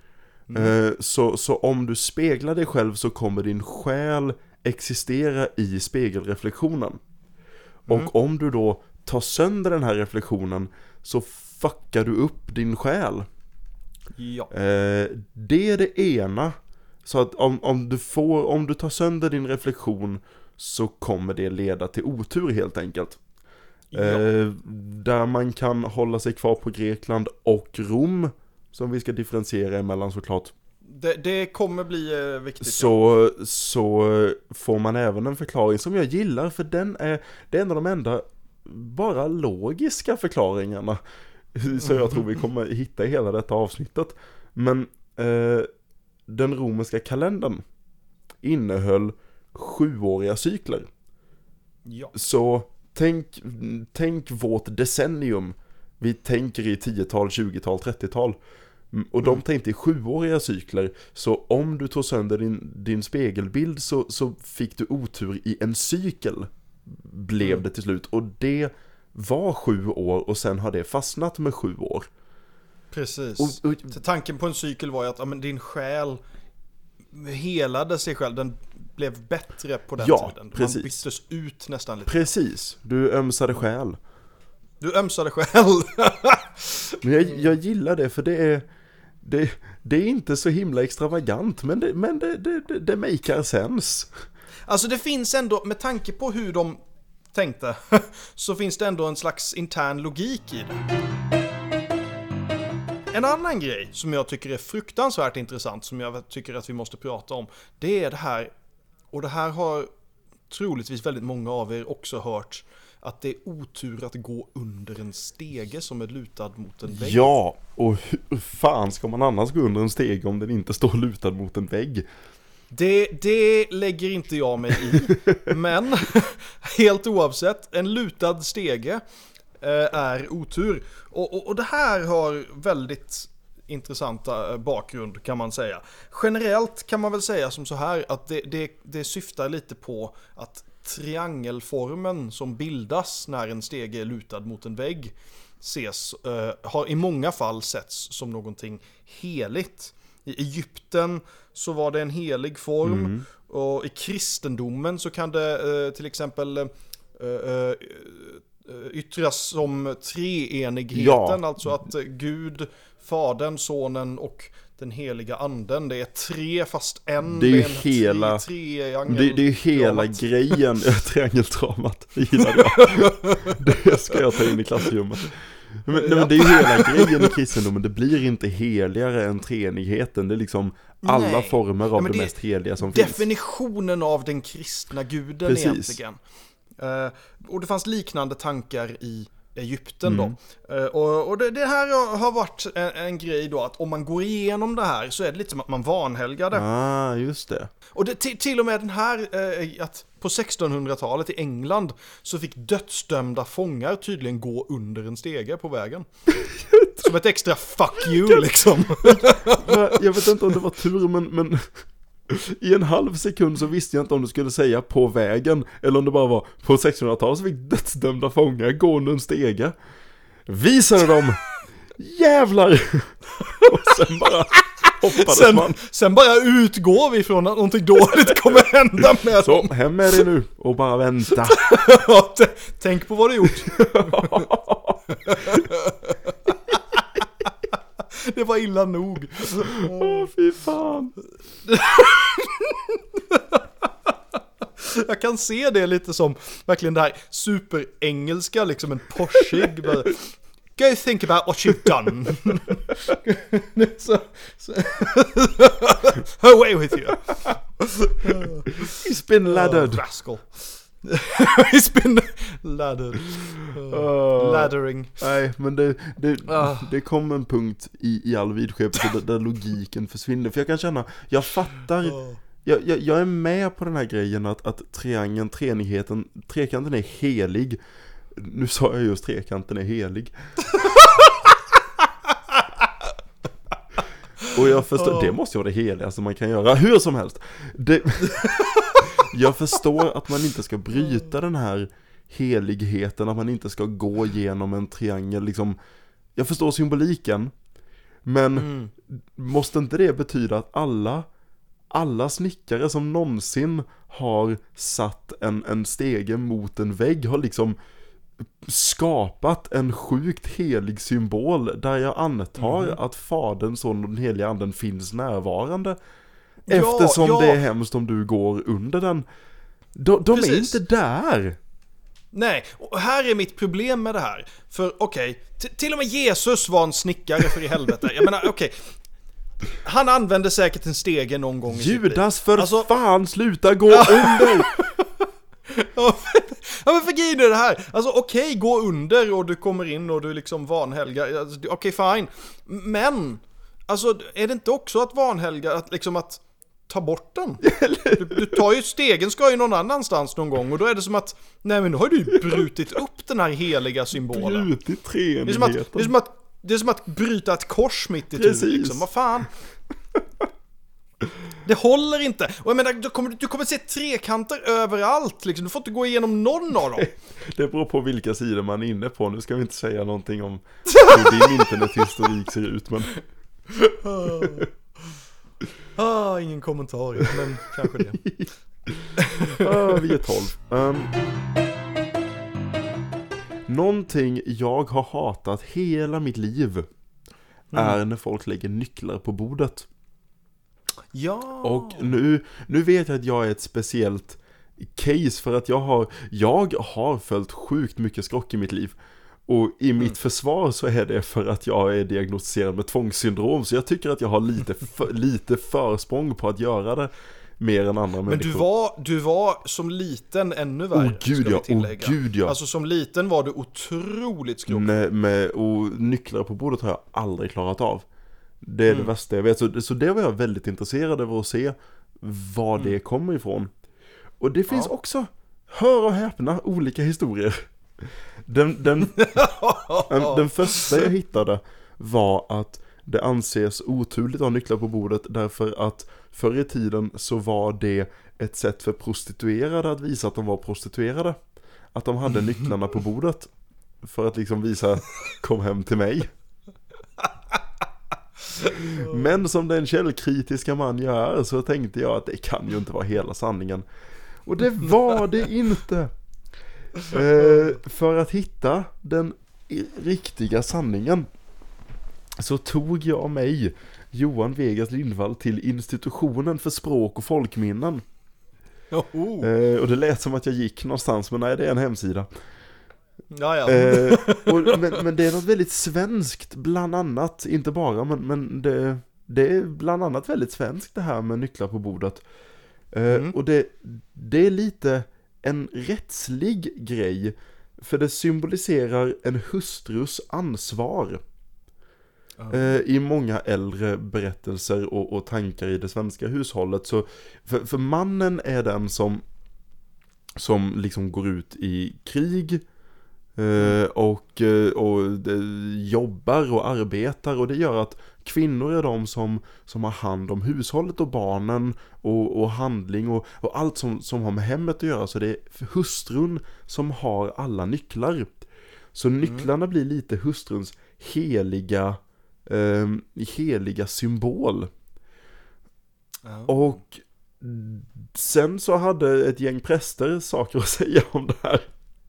Så om du speglar dig själv så kommer din själ existera i spegelreflektionen. Och om du då tar sönder den här reflektionen så fuckar du upp din själ. Ja. Det är det ena. Så att om du tar sönder din reflektion så kommer det leda till otur helt enkelt. Där man kan hålla sig kvar på Grekland och Rom, som vi ska differentiera emellan såklart. Det kommer bli viktigt. Så får man även en förklaring som jag gillar, för det är en av de enda bara logiska förklaringarna. Så jag tror vi kommer hitta i hela detta avsnittet. Men den romerska kalendern innehöll 7-åriga cykler. Ja. Så tänk vårt decennium. Vi tänker i 10-tal, 20-tal, 30-tal. Och de tänkte i 7-åriga cykler. Så om du tog sönder din spegelbild så fick du otur i en cykel. Blev det till slut. Och det var 7 år och sen har det fastnat med 7 år. Precis. Och tanken på en cykel var ju att din själ helade sig själv. Den blev bättre på den tiden. Precis. Man byttes ut nästan lite. Precis. Du ömsade själ. Men jag gillar det, för det är inte så himla extravagant, men det makar sense. Alltså det finns ändå, med tanke på hur de tänkte, så finns det ändå en slags intern logik i det. En annan grej som jag tycker är fruktansvärt intressant, som jag tycker att vi måste prata om, det är det här, och det här har troligtvis väldigt många av er också hört, att det är otur att gå under en stege som är lutad mot en vägg. Ja, och hur fan ska man annars gå under en stege om den inte står lutad mot en vägg? Det lägger inte jag mig i. Men helt oavsett, en lutad stege är otur. Och det här har väldigt intressanta bakgrund, kan man säga. Generellt kan man väl säga som så här, att det syftar lite på att triangelformen som bildas när en stege är lutad mot en vägg har i många fall setts som någonting heligt. I Egypten så var det en helig form, och i kristendomen så kan det till exempel yttras som treenigheten, alltså att Gud, Fadern, Sonen och den heliga anden, det är tre fast en. Det är ju hela grejen. Triangeldramat, det gillar jag. Det ska jag ta in i klassrummet. Men det är ju hela grejen i kristendomen. Det blir inte heligare än treenigheten. Det är liksom alla former av det mest heliga som finns. Definitionen av den kristna guden. Precis. Egentligen. Och det fanns liknande tankar i Egypten då. Och det här har varit en grej då, att om man går igenom det här så är det lite som att man vanhelgar det. Just det. Och det, till och med den här, att på 1600-talet i England så fick dödsdömda fångar tydligen gå under en stege på vägen. Som ett extra fuck you liksom. Jag vet inte om det var tur, men i en halv sekund så visste jag inte om du skulle säga på vägen eller om det bara var på 1600-talet så fick dödsdömda fångar gå under en stege. Visade dem! Jävlar! Och sen bara hoppades man. Sen bara utgår vi från att någonting dåligt kommer hända med dem. Så, hem med dig nu och bara vänta. Tänk på vad du gjort. Det var illa nog. Fy fan. Jag kan se det lite som verkligen det här superengelska, liksom en Porschig. Go think about what you've done. Away with you. He's been laddered. Rascal. He's been laddered. Laddering. Nej, men det kom en punkt i all vidskepelse där logiken försvinner. För jag kan känna, jag fattar. Jag är med på den här grejen att trekanten är helig. Nu sa jag just trekanten är helig. Och jag förstår, det måste ju vara det heligaste man kan göra, hur som helst. Jag förstår att man inte ska bryta den här heligheten, att man inte ska gå genom en triangel liksom. Jag förstår symboliken. Men måste inte det betyda att alla snickare som någonsin har satt en stege mot en vägg har liksom skapat en sjukt helig symbol där jag antar att Fadern, Sonen och den heliga anden finns närvarande, eftersom det är hemskt om du går under den. De är inte där. Nej, och här är mitt problem med det här. För till och med Jesus var en snickare, för i helvete. Jag menar, han använde säkert en stege någon gång i sitt liv. Judas, för fan, sluta gå under. Ja, men för grejen är det här. Alltså gå under och du kommer in och du är liksom vanhelga. Alltså, fine. Men alltså, är det inte också att vanhelga att ta bort den? Du tar ju, stegen ska ju någon annanstans någon gång. Och då är det som att, nej men nu har du brutit upp den här heliga symbolen. Brutit treenigheten. Det är som att bryta ett kors mitt i tur liksom. Vad fan? Det håller inte. Och jag menar, du kommer se trekanter överallt liksom. Du får inte gå igenom någon av dem. Det beror på vilka sidor man är inne på. Nu ska vi inte säga någonting om hur din internethistorik ser ut, men ingen kommentar, men kanske det. Vi är 12. Någonting jag har hatat hela mitt liv är när folk lägger nycklar på bordet. Ja. Och nu vet jag att jag är ett speciellt case, för att jag har följt sjukt mycket skrock i mitt liv. Och i mitt försvar så är det för att jag är diagnostiserad med tvångssyndrom. Så jag tycker att jag har lite försprång på att göra det mer än andra människor. Men du var som liten ännu värre, Gud ja. Alltså som liten var du otroligt skrock. Och nycklar på bordet har jag aldrig klarat av. Det är det värsta jag vet. Så det var jag väldigt intresserad av att se var det kommer ifrån. Och det finns också, hör och häpna, olika historier. Den första jag hittade var att det anses oturligt att ha nycklar på bordet, därför att förr i tiden så var det ett sätt för prostituerade att visa att de var prostituerade. Att de hade nycklarna på bordet för att liksom visa, kom hem till mig. Men som den källkritiska man jag är, så tänkte jag att det kan ju inte vara hela sanningen. Och det var det inte. För att hitta den riktiga sanningen så tog jag mig, Johan Vegas Lindvall, till institutionen för språk och folkminnen. Och det lät som att jag gick någonstans, men nej, det är en hemsida. Men det är något väldigt svenskt, bland annat, inte bara, men det är bland annat väldigt svenskt det här med nycklar på bordet. Och det är lite en rättslig grej, för det symboliserar en hustrus ansvar. I många äldre berättelser och tankar i det svenska hushållet. Så för mannen är den som liksom går ut i krig och jobbar och arbetar, och det gör att kvinnor är de som har hand om hushållet och barnen och handling och allt som har med hemmet att göra. Så det är hustrun som har alla nycklar. Så nycklarna blir lite hustruns heliga symbol. Och sen så hade ett gäng präster saker att säga om det här.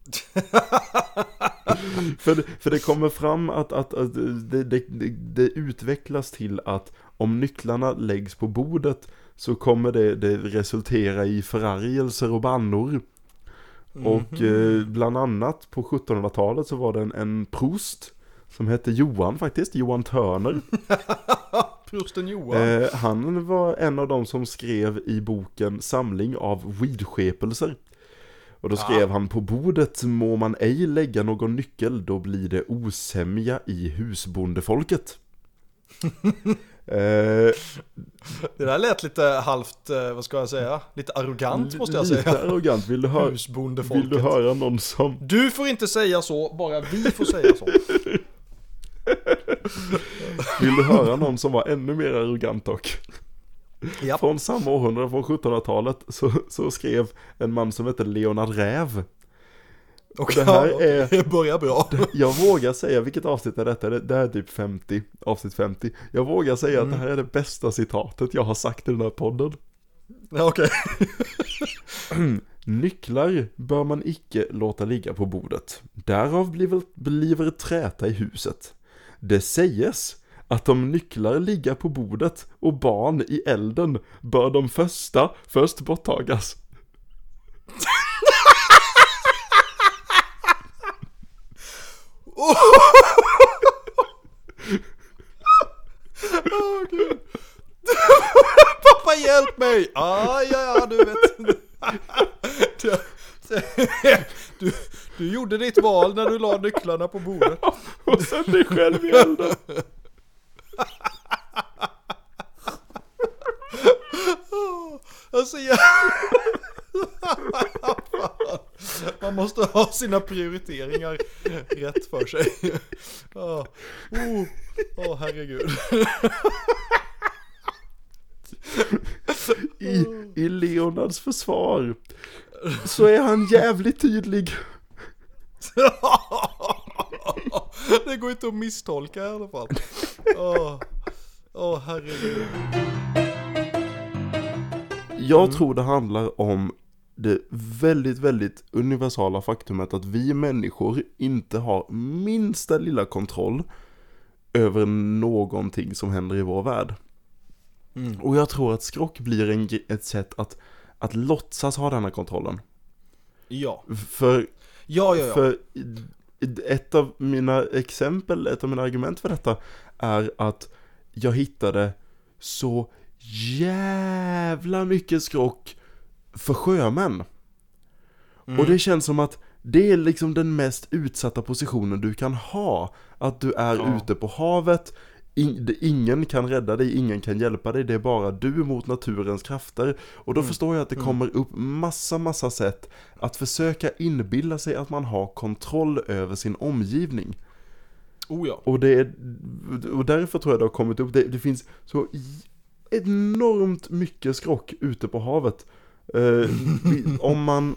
för det kommer fram att det utvecklas till att om nycklarna läggs på bordet så kommer det resultera i förargelser och bannor. Och bland annat på 1700-talet så var det en prost som hette Johan faktiskt, Johan Turner. Prosten Johan. Han var en av de som skrev i boken Samling av vidskepelser. Och då skrev han: på bordet må man ej lägga någon nyckel, då blir det osämja i husbondefolket. Det där lät lite halvt, vad ska jag säga? Lite arrogant måste jag säga. Lite arrogant, vill du höra någon som... Du får inte säga så, bara vi får säga så. Vill du höra någon som var ännu mer arrogant dock? Japp. Från samma århundrade, från 1700-talet, så skrev en man som heter Leonard Räv. Och det här är börjar bra. Jag vågar säga, vilket avsnitt är detta? Det är typ 50, avsnitt 50. Jag vågar säga att det här är det bästa citatet jag har sagt i den här podden. Ja, okej. Nycklar bör man icke låta ligga på bordet. Därav bliver träta i huset. Det säges att om nycklar ligga på bordet och barn i elden bör de först borttagas. Oh, Gud. Pappa, hjälp mig! Ja, du vet. Du gjorde ditt val när du la nycklarna på bordet. Och sen dig själv i elden. Alltså, man måste ha sina prioriteringar rätt för sig. Herregud. I Leonards försvar så är han jävligt tydlig. Det går inte att misstolka i alla fall. Herregud. Jag tror det handlar om det väldigt, väldigt universala faktumet att vi människor inte har minsta lilla kontroll över någonting som händer i vår värld. Och jag tror att skrock blir ett sätt att låtsas ha den här kontrollen. Ja. För ett av mina argument för detta är att jag hittade så jävla mycket skrock för sjömän. Och det känns som att det är liksom den mest utsatta positionen du kan ha. Att du är ute på havet, ingen kan rädda dig, ingen kan hjälpa dig, det är bara du mot naturens krafter. Och då förstår jag att det kommer upp massa sätt att försöka inbilla sig att man har kontroll över sin omgivning. Och därför tror jag det har kommit upp, det finns så enormt mycket skrock ute på havet. Om man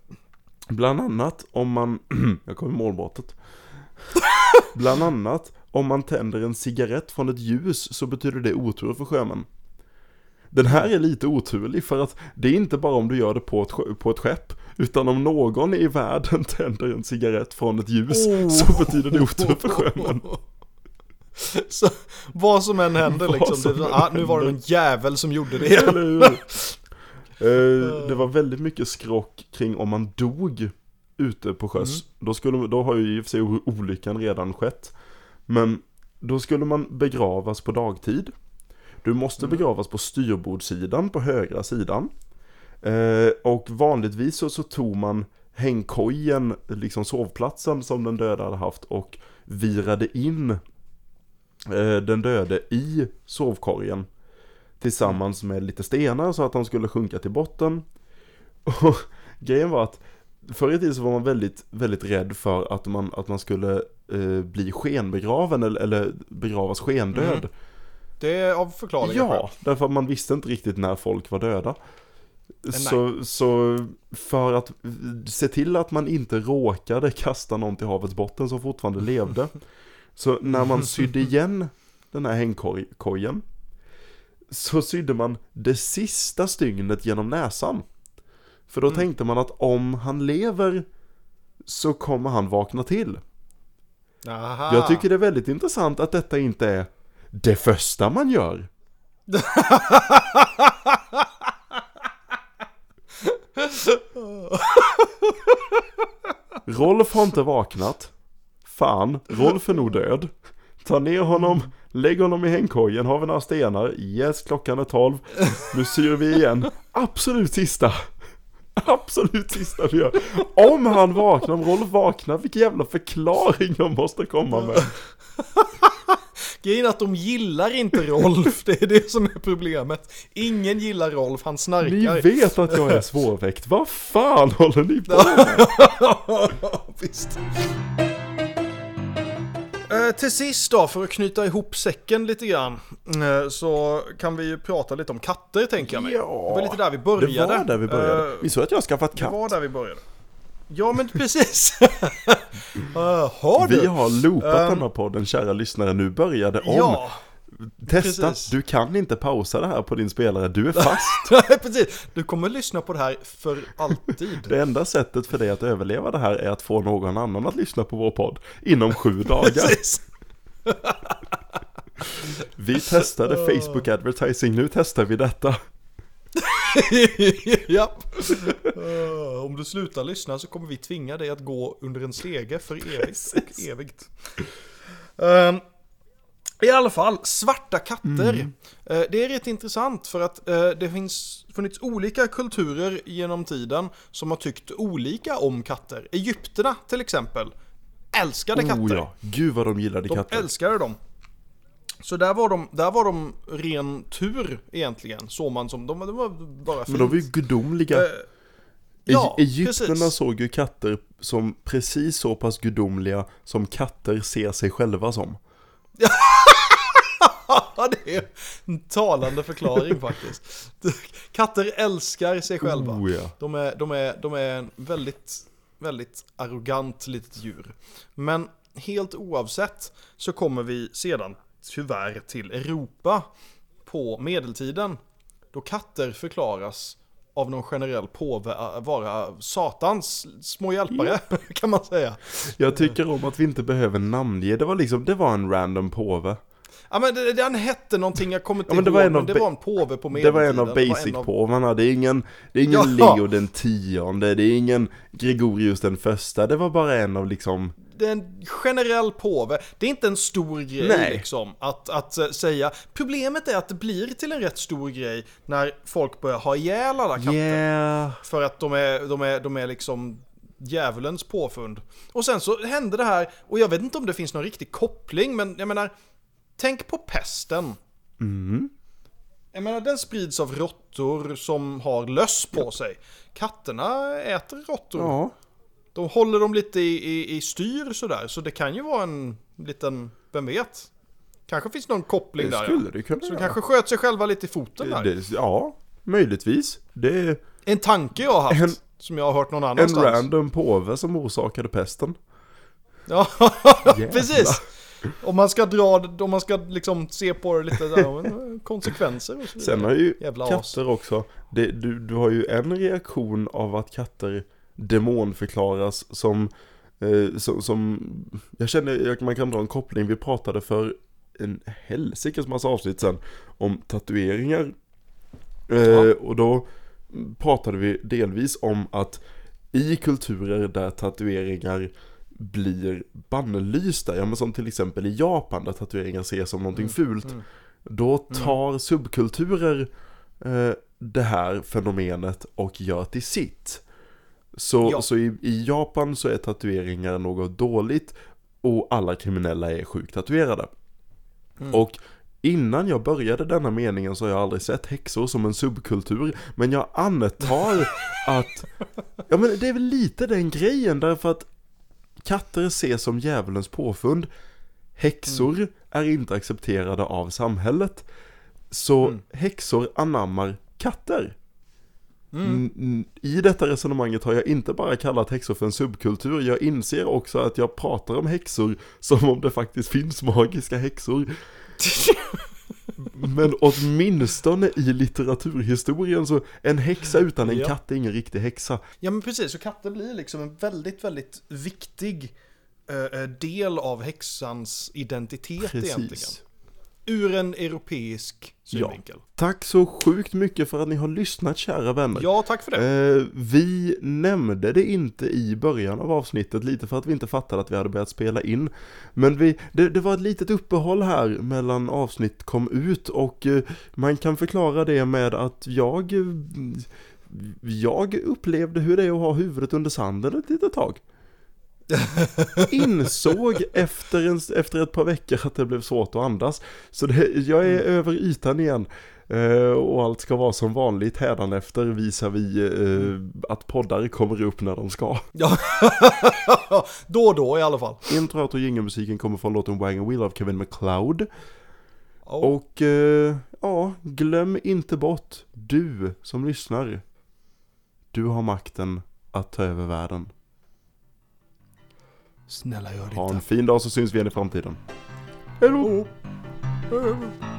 jag kommer målbrottet. Bland annat om man tänder en cigarett från ett ljus så betyder det otur för sjömän. Den här är lite oturlig för att det är inte bara om du gör det på ett skepp, utan om någon i världen tänder en cigarett från ett ljus så betyder det otur för sjömän. Så vad som än händer liksom, nu var det en jävel som gjorde det. Det var väldigt mycket skrock kring om man dog ute på sjöss. Då har ju i och för sig olyckan redan skett. Men då skulle man begravas på dagtid. Du måste begravas på styrbordssidan, på högra sidan. Och vanligtvis så tog man hängkojen, liksom sovplatsen som den döda hade haft, och virade in den döde i sovkorgen tillsammans med lite stenar så att han skulle sjunka till botten. Och grejen var att förr i tiden så var man väldigt, väldigt rädd för att man skulle bli skenbegraven eller begravas skendöd. Det är av förklaringar. Ja, därför att man visste inte riktigt när folk var döda. Så för att se till att man inte råkade kasta någon till havets botten som fortfarande levde, så när man sydde igen den här hängkojen så sydde man det sista stygnet genom näsan. För då tänkte man att om han lever så kommer han vakna till. Aha. Jag tycker det är väldigt intressant att detta inte är det första man gör. Rolf har inte vaknat. Fan, Rolf är nog död. Ta ner honom, lägg honom i hängkojen, har vi några stenar. Yes, klockan är 12. Nu syr vi igen. Absolut sista vi gör. Om han vaknar, om Rolf vaknar, vilken jävla förklaring jag måste komma med. Grejen är att de gillar inte Rolf. Det är det som är problemet. Ingen gillar Rolf, han snarkar. Ni vet att jag är svårväckt. Vad fan håller ni på med? Visst. Till sist då, för att knyta ihop säcken lite grann, så kan vi ju prata lite om katter, tänker jag mig. Ja, det var lite där vi började. Det var där vi började. Vi såg att jag har skaffat katt. Det var där vi började. Ja, men precis. Har du? Vi har loopat den här podden, kära lyssnare. Nu började om. Ja, Testa, precis. du kan inte pausa det här på din spelare. Du är fast. Precis. Du kommer lyssna på det här för alltid. Det enda sättet för dig att överleva det här är att få någon annan att lyssna på vår podd inom 7 dagar. Precis. Vi testade Facebook advertising, nu testar vi detta. Japp. Om du slutar lyssna så kommer vi tvinga dig att gå under en stege för evigt och evigt. I alla fall, svarta katter. Det är rätt intressant för att det funnits olika kulturer genom tiden som har tyckt olika om katter. Egypterna till exempel älskade katter. Ja, gud vad de gillade katter. De älskade dem. Så där var de ren tur egentligen. Så man som de var bara fint. Men de var ju gudomliga. Ja, Egypterna precis. såg ju katter som precis så pass gudomliga som katter ser sig själva som. Ja, det är en talande förklaring faktiskt. Katter älskar sig själva. Ja. De är en väldigt, väldigt arrogant litet djur. Men helt oavsett så kommer vi sedan tyvärr till Europa på medeltiden. Då katter förklaras av någon generell påve vara satans små hjälpare, kan man säga. Jag tycker om att vi inte behöver namnge. Det var en random påve. Ja, men den hette någonting, jag kommer inte men det ihåg, var en men av det var en påve på Det medeltiden. var en av basic-påvarna. Det är ingen Ja. Leo den 10:e. Det är ingen Gregorius den första. Det var bara en av liksom... Det är en generell påve. Det är inte en stor grej. Nej. Liksom att säga. Problemet är att det blir till en rätt stor grej när folk börjar ha ihjäl alla katter. Yeah. För att de är liksom djävulens påfund. Och sen så hände det här, och jag vet inte om det finns någon riktig koppling, men jag menar, tänk på pesten. Jag menar, den sprids av råttor som har löss på sig. Katterna äter råttor. Ja. De håller dem lite i styr sådär. Så det kan ju vara en liten, vem vet? Kanske finns någon koppling Det där. skulle det kunna Så de vara. kanske sköt sig själva lite i foten där. Ja, möjligtvis. Det är En tanke jag har haft, som jag har hört någon annanstans. en random påve som orsakade pesten. Ja, Jävlar. precis. Om man ska liksom se på det lite där, konsekvenser och så vidare. Sen har ju Jävla katter också. Du har ju en reaktion av att katter demonförklaras som jag känner man kan dra en koppling. Vi pratade för en helsikes massa avsnitt sen om tatueringar. Och då pratade vi delvis om att i kulturer där tatueringar blir bannlysta, ja men som till exempel i Japan där tatueringar ses som någonting fult, då tar subkulturer det här fenomenet och gör till sitt. Så i Japan så är tatueringar något dåligt och alla kriminella är sjukt tatuerade. Och innan jag började denna meningen så har jag aldrig sett häxor som en subkultur, men jag antar att ja men det är väl lite den grejen, därför att katter ses som djävulens påfund. Häxor är inte accepterade av samhället. Så häxor anammar katter. I detta resonemanget har jag inte bara kallat häxor för en subkultur. Jag inser också att jag pratar om häxor som om det faktiskt finns magiska häxor. Men åtminstone i litteraturhistorien så en häxa utan en katt är ingen riktig häxa. Ja, men precis, så katter blir liksom en väldigt, väldigt viktig del av häxans identitet egentligen. Ur en europeisk synvinkel. Ja. Tack så sjukt mycket för att ni har lyssnat, kära vänner. Ja, tack för det. Vi nämnde det inte i början av avsnittet, lite för att vi inte fattade att vi hade börjat spela in. Men det var ett litet uppehåll här mellan avsnitt kom ut, och man kan förklara det med att jag upplevde hur det är att ha huvudet under sanden ett litet tag. Insåg efter ett par veckor att det blev svårt att andas. Så jag är över ytan igen. Och allt ska vara som vanligt hädanefter, visar vi att poddar kommer upp när de ska. Ja, då i alla fall. Introut och jingelmusiken kommer från låten Wagon Wheel av Kevin MacLeod. Och glöm inte bort, du som lyssnar, du har makten att ta över världen. Snälla gör det inte. Ha en fin dag, så syns vi igen i framtiden. Hej då!